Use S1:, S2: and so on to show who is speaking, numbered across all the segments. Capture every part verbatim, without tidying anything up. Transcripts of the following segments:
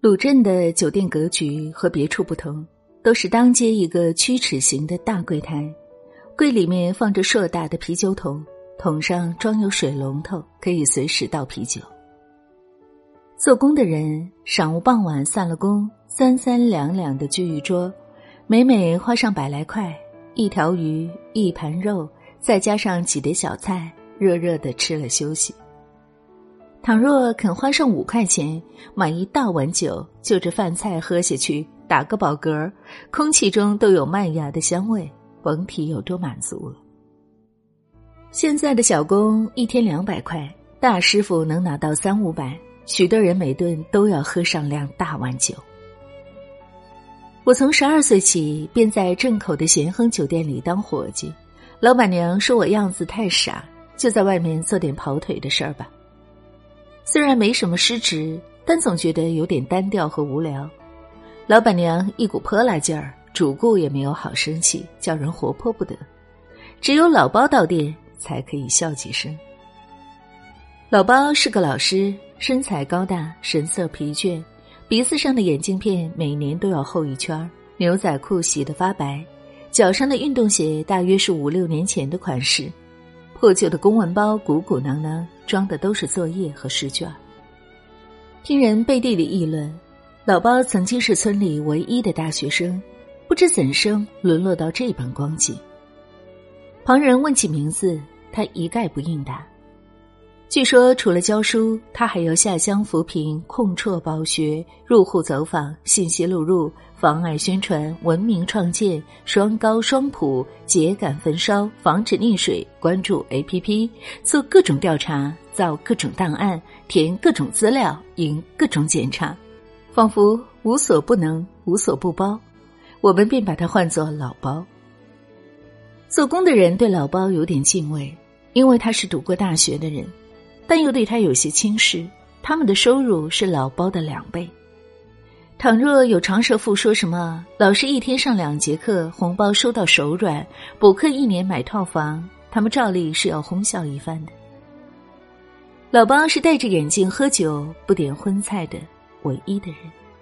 S1: 鲁镇的酒店格局和别处不同，都是当街一个曲尺形的大柜台，柜里面放着硕大的啤酒桶，桶上装有水龙头，可以随时倒啤酒。做工的人晌午傍晚散了工，三三两两的聚一桌，每每花上百来块，一条鱼，一盘肉，再加上几碟小菜，热热的吃了休息。倘若肯花上五块钱买一大碗酒，就着饭菜喝下去，打个饱嗝，空气中都有麦芽的香味，甭提有多满足了。现在的小工一天两百块，大师傅能拿到三五百，许多人每顿都要喝上两大碗酒。我从十二岁起便在镇口的咸亨酒店里当伙计，老板娘说我样子太傻，就在外面做点跑腿的事儿吧。虽然没什么失职，但总觉得有点单调和无聊。老板娘一股泼辣劲儿，主顾也没有好生气，叫人活泼不得。只有老包到店才可以笑几声。老包是个老师，身材高大，神色疲倦，鼻子上的眼镜片每年都要厚一圈，牛仔裤洗得发白，脚上的运动鞋大约是五六年前的款式，破旧的公文包鼓鼓囊囊，装的都是作业和试卷。听人背地里议论，老包曾经是村里唯一的大学生，不知怎生沦落到这般光景。旁人问起名字，他一概不应答。据说除了教书，他还要下乡扶贫、控辍保学、入户走访、信息录入、妨碍宣传、文明创建、双高双普、秸秆焚烧、防止溺水、关注 A P P、做各种调查、造各种档案、填各种资料、迎各种检查，仿佛无所不能、无所不包。我们便把他唤作老包。做工的人对老包有点敬畏，因为他是读过大学的人，但又对他有些轻视，他们的收入是老包的两倍。倘若有长舌妇说什么老师一天上两节课，红包收到手软，补课一年买套房，他们照例是要哄笑一番的。老包是戴着眼镜喝酒不点荤菜的唯一的人。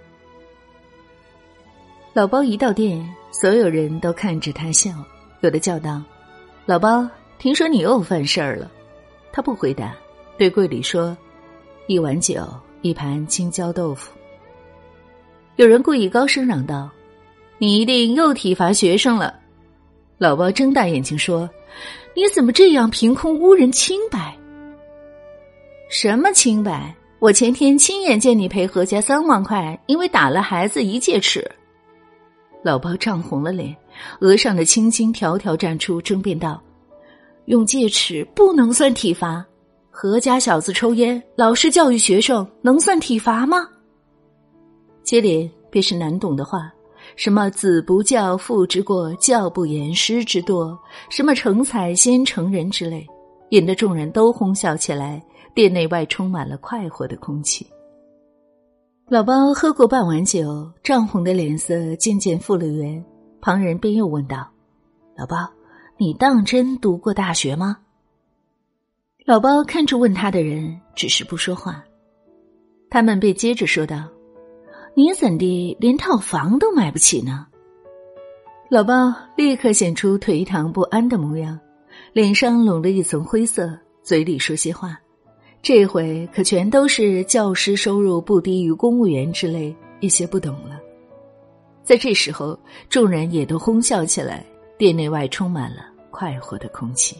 S1: 老包一到店，所有人都看着他笑，有的叫道：老包，听说你又犯事儿了。他不回答，对柜里说：一碗酒，一盘青椒豆腐。有人故意高声嚷道：你一定又体罚学生了。老包睁大眼睛说：你怎么这样凭空污人清白？什么清白？我前天亲眼见你赔何家三万块，因为打了孩子一戒尺。老包涨红了脸，额上的青筋条条绽出，争辩道：用戒尺不能算体罚，何家小子抽烟，老师教育学生，能算体罚吗？接连便是难懂的话，什么子不教父之过，教不严师之惰，什么成才先成人之类，引得众人都哄笑起来，店内外充满了快活的空气。老包喝过半碗酒，涨红的脸色渐渐复了原，旁人便又问道：老包，你当真读过大学吗？老包看着问他的人，只是不说话。他们便接着说道：你怎地连套房都买不起呢？老包立刻显出颓唐不安的模样，脸上笼了一层灰色，嘴里说些话，这回可全都是教师收入不低于公务员之类一些不懂了。在这时候，众人也都哄笑起来，店内外充满了快活的空气。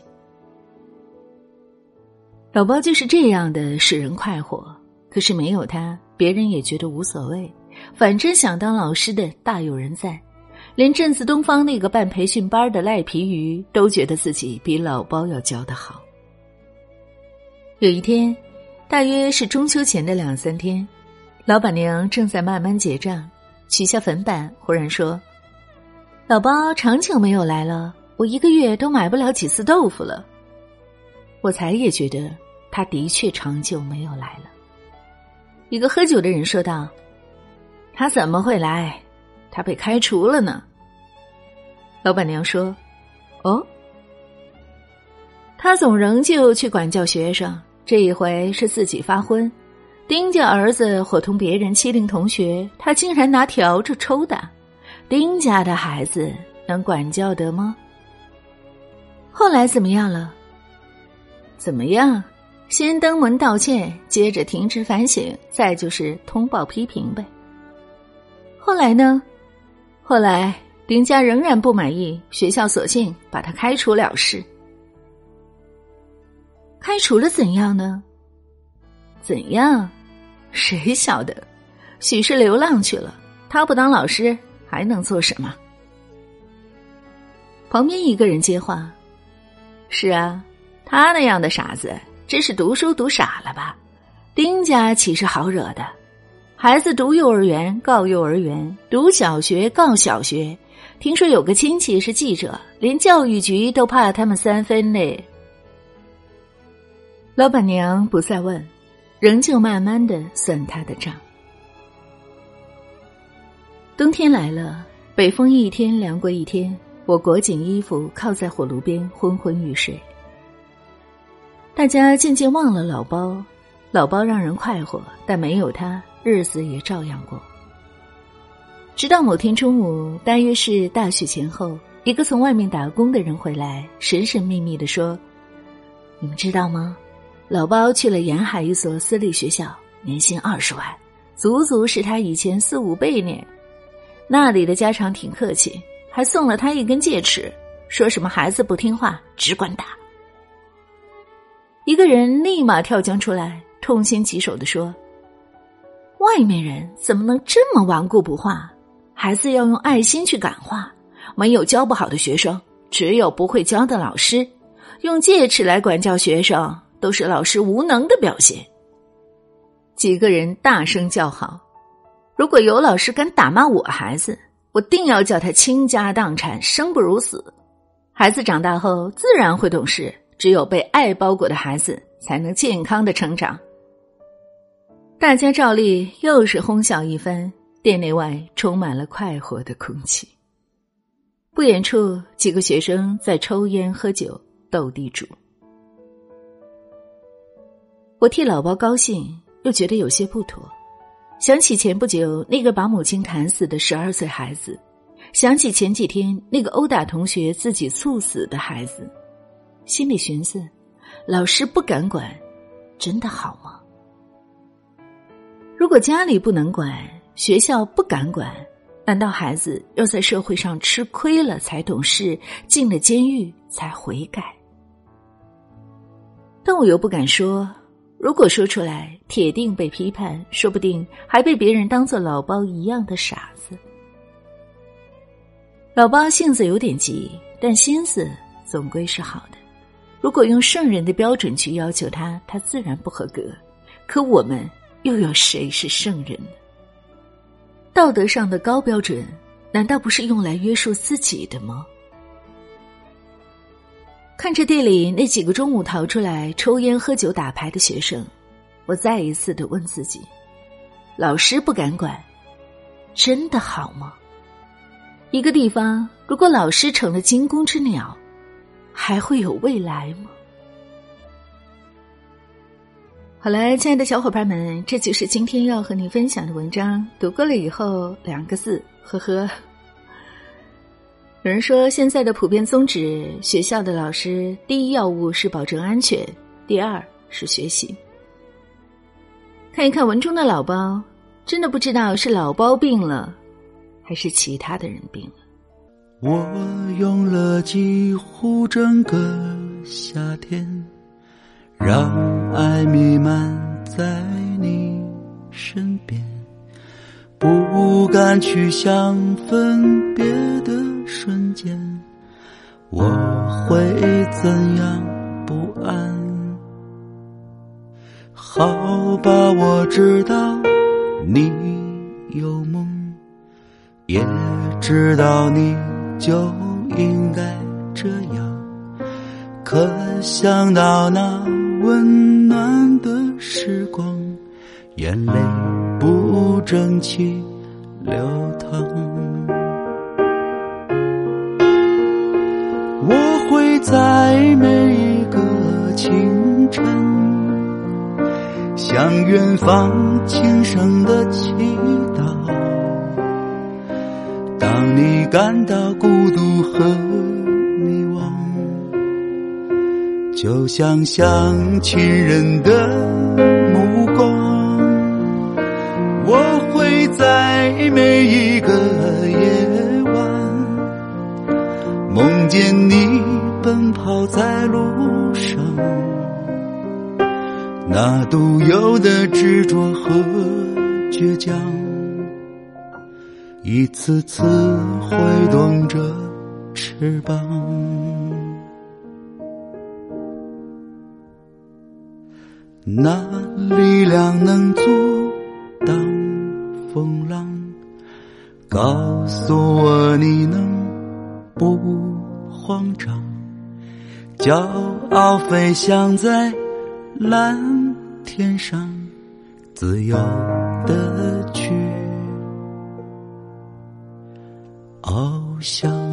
S1: 老包就是这样的使人快活，可是没有他，别人也觉得无所谓，反正想当老师的大有人在，连镇子东方那个办培训班的赖皮鱼都觉得自己比老包要教得好。有一天，大约是中秋前的两三天，老板娘正在慢慢结账，取下粉板，忽然说：老包长久没有来了，我一个月都买不了几次豆腐了。我才也觉得他的确长久没有来了。一个喝酒的人说道：他怎么会来？他被开除了呢。老板娘说：哦，他总仍旧去管教学生，这一回是自己发昏， 丁家儿子伙同别人欺凌同学，他竟然拿笤帚抽打，丁家的孩子能管教得吗？后来怎么样了？怎么样？先登门道歉，接着停职反省，再就是通报批评呗。后来呢？后来丁家仍然不满意，学校索性把他开除了事。开除了怎样呢？怎样？谁晓得？许是流浪去了，他不当老师还能做什么？旁边一个人接话：是啊，他那样的傻子真是读书读傻了吧？丁家岂是好惹的？孩子读幼儿园告幼儿园，读小学告小学，听说有个亲戚是记者，连教育局都怕他们三分嘞。老板娘不再问，仍旧慢慢的算他的账。冬天来了，北风一天凉过一天，我裹紧衣服靠在火炉边昏昏欲睡。大家渐渐忘了老包，老包让人快活，但没有他，日子也照样过。直到某天中午，大约是大雪前后，一个从外面打工的人回来，神神秘秘地说：你们知道吗？老包去了沿海一所私立学校，年薪二十万，足足是他以前四五倍呢。那里的家长挺客气，还送了他一根戒尺，说什么孩子不听话只管打。一个人立马跳将出来，痛心疾首地说：外面人怎么能这么顽固不化？孩子要用爱心去感化，没有教不好的学生，只有不会教的老师。用戒尺来管教学生，都是老师无能的表现。几个人大声叫好：如果有老师敢打骂我孩子，我定要叫他倾家荡产，生不如死。孩子长大后自然会懂事，只有被爱包裹的孩子才能健康的成长。大家照例又是哄笑一番，店内外充满了快活的空气。不远处几个学生在抽烟喝酒斗地主。我替老包高兴，又觉得有些不妥。想起前不久那个把母亲砍死的十二岁孩子，想起前几天那个殴打同学自己猝死的孩子，心里寻思，老师不敢管，真的好吗？如果家里不能管，学校不敢管，难道孩子要在社会上吃亏了才懂事，进了监狱才悔改？但我又不敢说，如果说出来，铁定被批判，说不定还被别人当作老包一样的傻子。老包性子有点急，但心思总归是好的。如果用圣人的标准去要求他，他自然不合格。可我们又有谁是圣人呢？道德上的高标准，难道不是用来约束自己的吗？看着店里那几个中午逃出来抽烟喝酒打牌的学生，我再一次地问自己，老师不敢管，真的好吗？一个地方如果老师成了惊弓之鸟，还会有未来吗？好了，亲爱的小伙伴们，这就是今天要和你分享的文章。读过了以后，两个字，呵呵。有人说，现在的普遍宗旨，学校的老师第一要务是保证安全，第二是学习。看一看文中的老包，真的不知道是老包病了，还是其他的人病了。
S2: 我用了几乎整个夏天，让爱弥漫在你身边，不敢去想分别的瞬间，我会怎样不安？好吧，我知道你有梦，也知道你就应该这样，可想到那温暖的时光，眼泪不争气流淌。我会在每一个清晨写向远方轻声的祈祷。当你感到孤独和迷惘，就像向亲人的目光，我会在每一个夜晚梦见你奔跑在路上，那独有的执着和倔强，一次次挥动着翅膀。那力量能阻挡风浪，告诉我你能不慌张，骄傲飞翔在蓝天上，自由的去翱翔。